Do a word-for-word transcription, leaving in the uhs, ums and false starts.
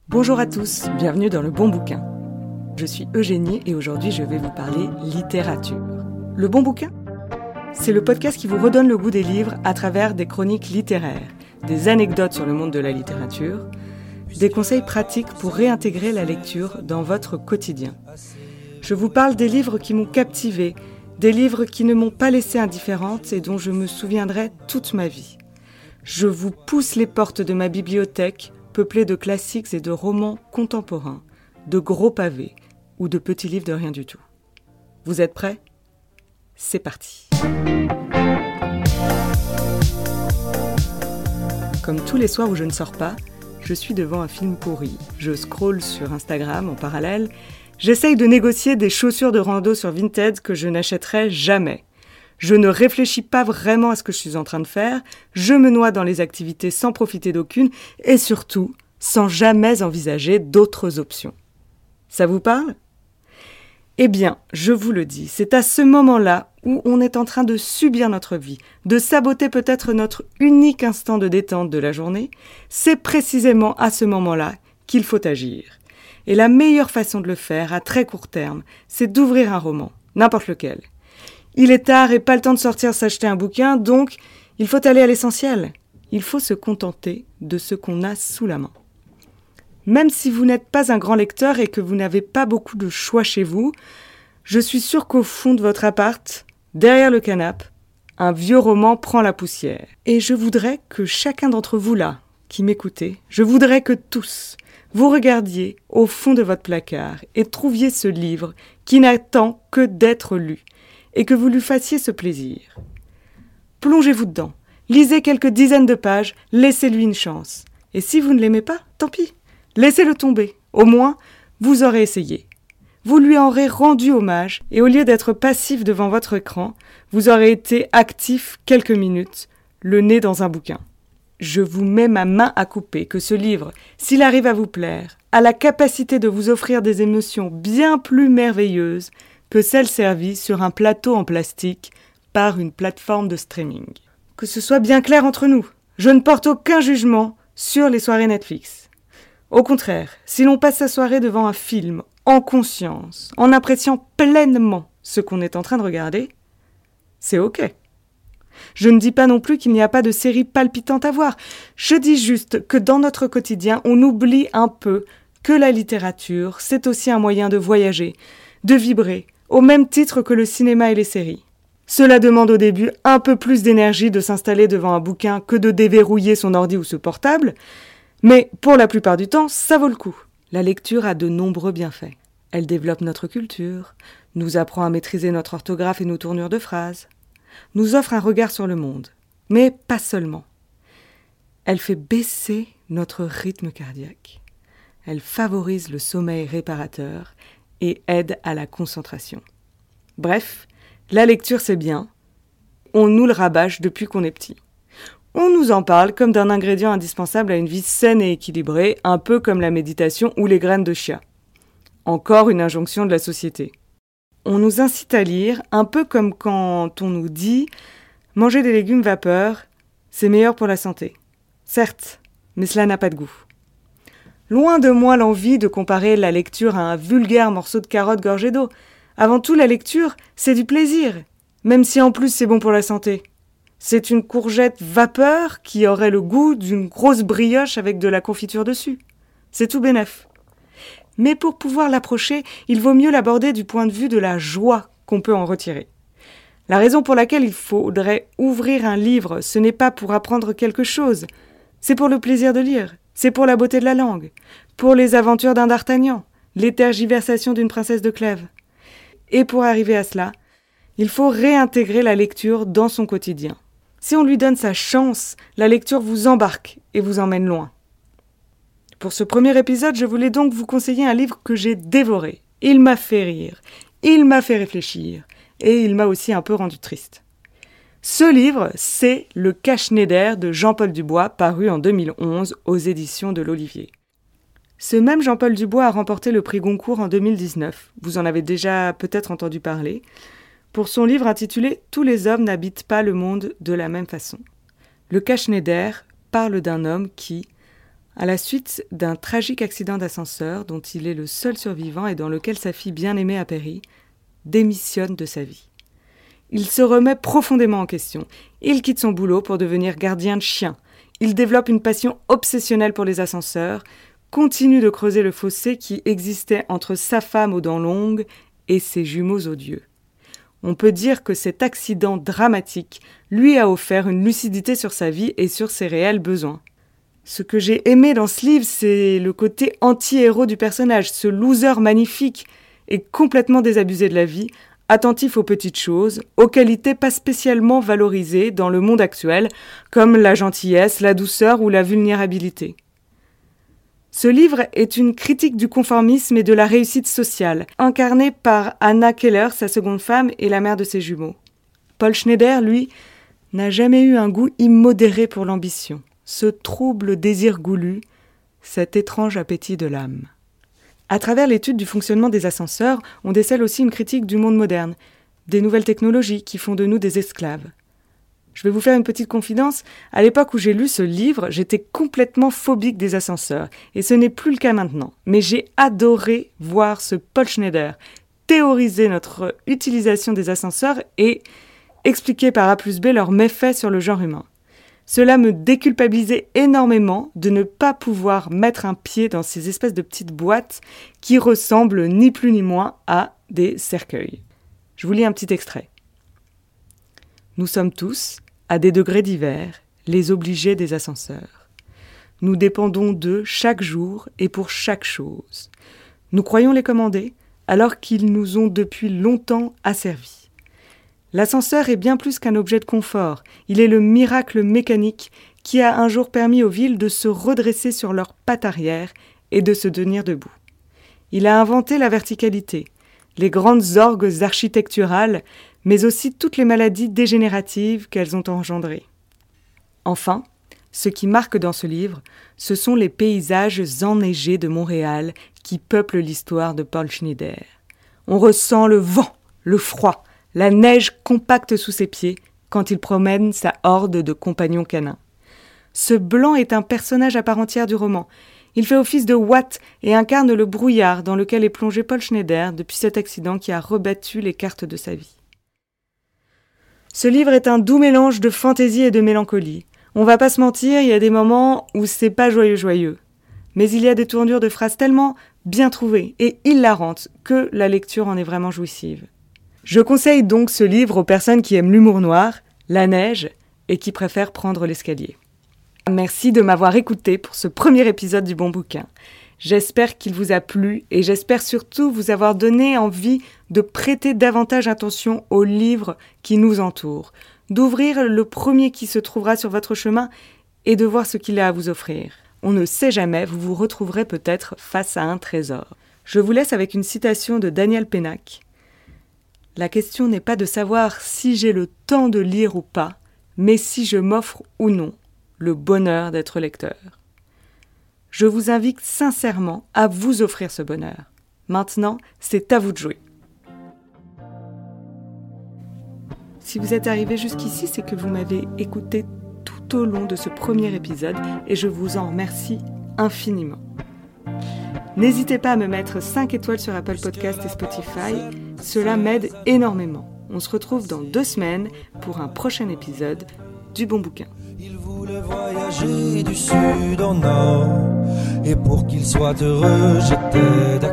Bonjour à tous, bienvenue dans Le Bon Bouquin. Je suis Eugénie et aujourd'hui je vais vous parler littérature. Le Bon Bouquin ? C'est le podcast qui vous redonne le goût des livres à travers des chroniques littéraires, des anecdotes sur le monde de la littérature, des conseils pratiques pour réintégrer la lecture dans votre quotidien. Je vous parle des livres qui m'ont captivée, des livres qui ne m'ont pas laissée indifférente et dont je me souviendrai toute ma vie. Je vous pousse les portes de ma bibliothèque, peuplée de classiques et de romans contemporains, de gros pavés ou de petits livres de rien du tout. Vous êtes prêts ? C'est parti. Comme tous les soirs où je ne sors pas, je suis devant un film pourri. Je scrolle sur Instagram en parallèle. J'essaye de négocier des chaussures de rando sur Vinted que je n'achèterai jamais. Je ne réfléchis pas vraiment à ce que je suis en train de faire, je me noie dans les activités sans profiter d'aucune et surtout, sans jamais envisager d'autres options. Ça vous parle ? Eh bien, je vous le dis, c'est à ce moment-là où on est en train de subir notre vie, de saboter peut-être notre unique instant de détente de la journée, c'est précisément à ce moment-là qu'il faut agir. Et la meilleure façon de le faire, à très court terme, c'est d'ouvrir un roman, n'importe lequel. Il est tard et pas le temps de sortir s'acheter un bouquin, donc il faut aller à l'essentiel. Il faut se contenter de ce qu'on a sous la main. Même si vous n'êtes pas un grand lecteur et que vous n'avez pas beaucoup de choix chez vous, je suis sûre qu'au fond de votre appart, derrière le canapé, un vieux roman prend la poussière. Et je voudrais que chacun d'entre vous là, qui m'écoutez, je voudrais que tous, vous regardiez au fond de votre placard et trouviez ce livre qui n'attend que d'être lu. Et que vous lui fassiez ce plaisir. Plongez-vous dedans, lisez quelques dizaines de pages, laissez-lui une chance. Et si vous ne l'aimez pas, tant pis, laissez-le tomber. Au moins, vous aurez essayé. Vous lui aurez rendu hommage et au lieu d'être passif devant votre écran, vous aurez été actif quelques minutes, le nez dans un bouquin. Je vous mets ma main à couper que ce livre, s'il arrive à vous plaire, a la capacité de vous offrir des émotions bien plus merveilleuses que celle servie sur un plateau en plastique par une plateforme de streaming. Que ce soit bien clair entre nous, je ne porte aucun jugement sur les soirées Netflix. Au contraire, si l'on passe sa soirée devant un film, en conscience, en appréciant pleinement ce qu'on est en train de regarder, c'est ok. Je ne dis pas non plus qu'il n'y a pas de séries palpitantes à voir. Je dis juste que dans notre quotidien, on oublie un peu que la littérature, c'est aussi un moyen de voyager, de vibrer, au même titre que le cinéma et les séries. Cela demande au début un peu plus d'énergie de s'installer devant un bouquin que de déverrouiller son ordi ou ce portable, mais pour la plupart du temps, ça vaut le coup. La lecture a de nombreux bienfaits. Elle développe notre culture, nous apprend à maîtriser notre orthographe et nos tournures de phrases, nous offre un regard sur le monde, mais pas seulement. Elle fait baisser notre rythme cardiaque. Elle favorise le sommeil réparateur et aide à la concentration. Bref, la lecture c'est bien, on nous le rabâche depuis qu'on est petit. On nous en parle comme d'un ingrédient indispensable à une vie saine et équilibrée, un peu comme la méditation ou les graines de chia. Encore une injonction de la société. On nous incite à lire, un peu comme quand on nous dit « manger des légumes vapeur, c'est meilleur pour la santé ». Certes, mais cela n'a pas de goût. Loin de moi l'envie de comparer la lecture à un vulgaire morceau de carotte gorgé d'eau. Avant tout, la lecture, c'est du plaisir, même si en plus c'est bon pour la santé. C'est une courgette vapeur qui aurait le goût d'une grosse brioche avec de la confiture dessus. C'est tout bénef. Mais pour pouvoir l'approcher, il vaut mieux l'aborder du point de vue de la joie qu'on peut en retirer. La raison pour laquelle il faudrait ouvrir un livre, ce n'est pas pour apprendre quelque chose, c'est pour le plaisir de lire. C'est pour la beauté de la langue, pour les aventures d'un d'Artagnan, les tergiversations d'une princesse de Clèves. Et pour arriver à cela, il faut réintégrer la lecture dans son quotidien. Si on lui donne sa chance, la lecture vous embarque et vous emmène loin. Pour ce premier épisode, je voulais donc vous conseiller un livre que j'ai dévoré. Il m'a fait rire, il m'a fait réfléchir, et il m'a aussi un peu rendu triste. Ce livre, c'est Le Cache-Néder de Jean-Paul Dubois, paru en deux mille onze aux éditions de l'Olivier. Ce même Jean-Paul Dubois a remporté le prix Goncourt en deux mille dix-neuf. Vous en avez déjà peut-être entendu parler. Pour son livre intitulé « Tous les hommes n'habitent pas le monde de la même façon ». Le Cache-Néder parle d'un homme qui, à la suite d'un tragique accident d'ascenseur dont il est le seul survivant et dans lequel sa fille bien-aimée a péri, démissionne de sa vie. Il se remet profondément en question. Il quitte son boulot pour devenir gardien de chiens. Il développe une passion obsessionnelle pour les ascenseurs, continue de creuser le fossé qui existait entre sa femme aux dents longues et ses jumeaux odieux. On peut dire que cet accident dramatique lui a offert une lucidité sur sa vie et sur ses réels besoins. Ce que j'ai aimé dans ce livre, c'est le côté anti-héros du personnage, ce loser magnifique et complètement désabusé de la vie, attentif aux petites choses, aux qualités pas spécialement valorisées dans le monde actuel, comme la gentillesse, la douceur ou la vulnérabilité. Ce livre est une critique du conformisme et de la réussite sociale, incarnée par Anna Keller, sa seconde femme et la mère de ses jumeaux. Paul Schneider, lui, n'a jamais eu un goût immodéré pour l'ambition, ce trouble désir goulu, cet étrange appétit de l'âme. À travers l'étude du fonctionnement des ascenseurs, on décèle aussi une critique du monde moderne, des nouvelles technologies qui font de nous des esclaves. Je vais vous faire une petite confidence, à l'époque où j'ai lu ce livre, j'étais complètement phobique des ascenseurs, et ce n'est plus le cas maintenant. Mais j'ai adoré voir ce Paul Schneider théoriser notre utilisation des ascenseurs et expliquer par A plus B leurs méfaits sur le genre humain. Cela me déculpabilisait énormément de ne pas pouvoir mettre un pied dans ces espèces de petites boîtes qui ressemblent ni plus ni moins à des cercueils. Je vous lis un petit extrait. Nous sommes tous, à des degrés divers, les obligés des ascenseurs. Nous dépendons d'eux chaque jour et pour chaque chose. Nous croyons les commander, alors qu'ils nous ont depuis longtemps asservis. L'ascenseur est bien plus qu'un objet de confort. Il est le miracle mécanique qui a un jour permis aux villes de se redresser sur leurs pattes arrière et de se tenir debout. Il a inventé la verticalité, les grandes orgues architecturales, mais aussi toutes les maladies dégénératives qu'elles ont engendrées. Enfin, ce qui marque dans ce livre, ce sont les paysages enneigés de Montréal qui peuplent l'histoire de Paul Schneider. On ressent le vent, le froid, la neige compacte sous ses pieds quand il promène sa horde de compagnons canins. Ce blanc est un personnage à part entière du roman. Il fait office de ouate et incarne le brouillard dans lequel est plongé Paul Schneider depuis cet accident qui a rebattu les cartes de sa vie. Ce livre est un doux mélange de fantaisie et de mélancolie. On va pas se mentir, il y a des moments où c'est pas joyeux joyeux. Mais il y a des tournures de phrases tellement bien trouvées et hilarantes que la lecture en est vraiment jouissive. Je conseille donc ce livre aux personnes qui aiment l'humour noir, la neige et qui préfèrent prendre l'escalier. Merci de m'avoir écouté pour ce premier épisode du Bon Bouquin. J'espère qu'il vous a plu et j'espère surtout vous avoir donné envie de prêter davantage attention aux livres qui nous entourent, d'ouvrir le premier qui se trouvera sur votre chemin et de voir ce qu'il a à vous offrir. On ne sait jamais, vous vous retrouverez peut-être face à un trésor. Je vous laisse avec une citation de Daniel Pénac. « La question n'est pas de savoir si j'ai le temps de lire ou pas, mais si je m'offre ou non le bonheur d'être lecteur. » Je vous invite sincèrement à vous offrir ce bonheur. Maintenant, c'est à vous de jouer. Si vous êtes arrivé jusqu'ici, c'est que vous m'avez écouté tout au long de ce premier épisode et je vous en remercie infiniment. N'hésitez pas à me mettre cinq étoiles sur Apple Podcasts et Spotify, cela m'aide énormément. On se retrouve dans deux semaines pour un prochain épisode du Bon Bouquin. Il voulait voyager du sud au nord, et pour qu'il soit heureux, j'étais d'accord.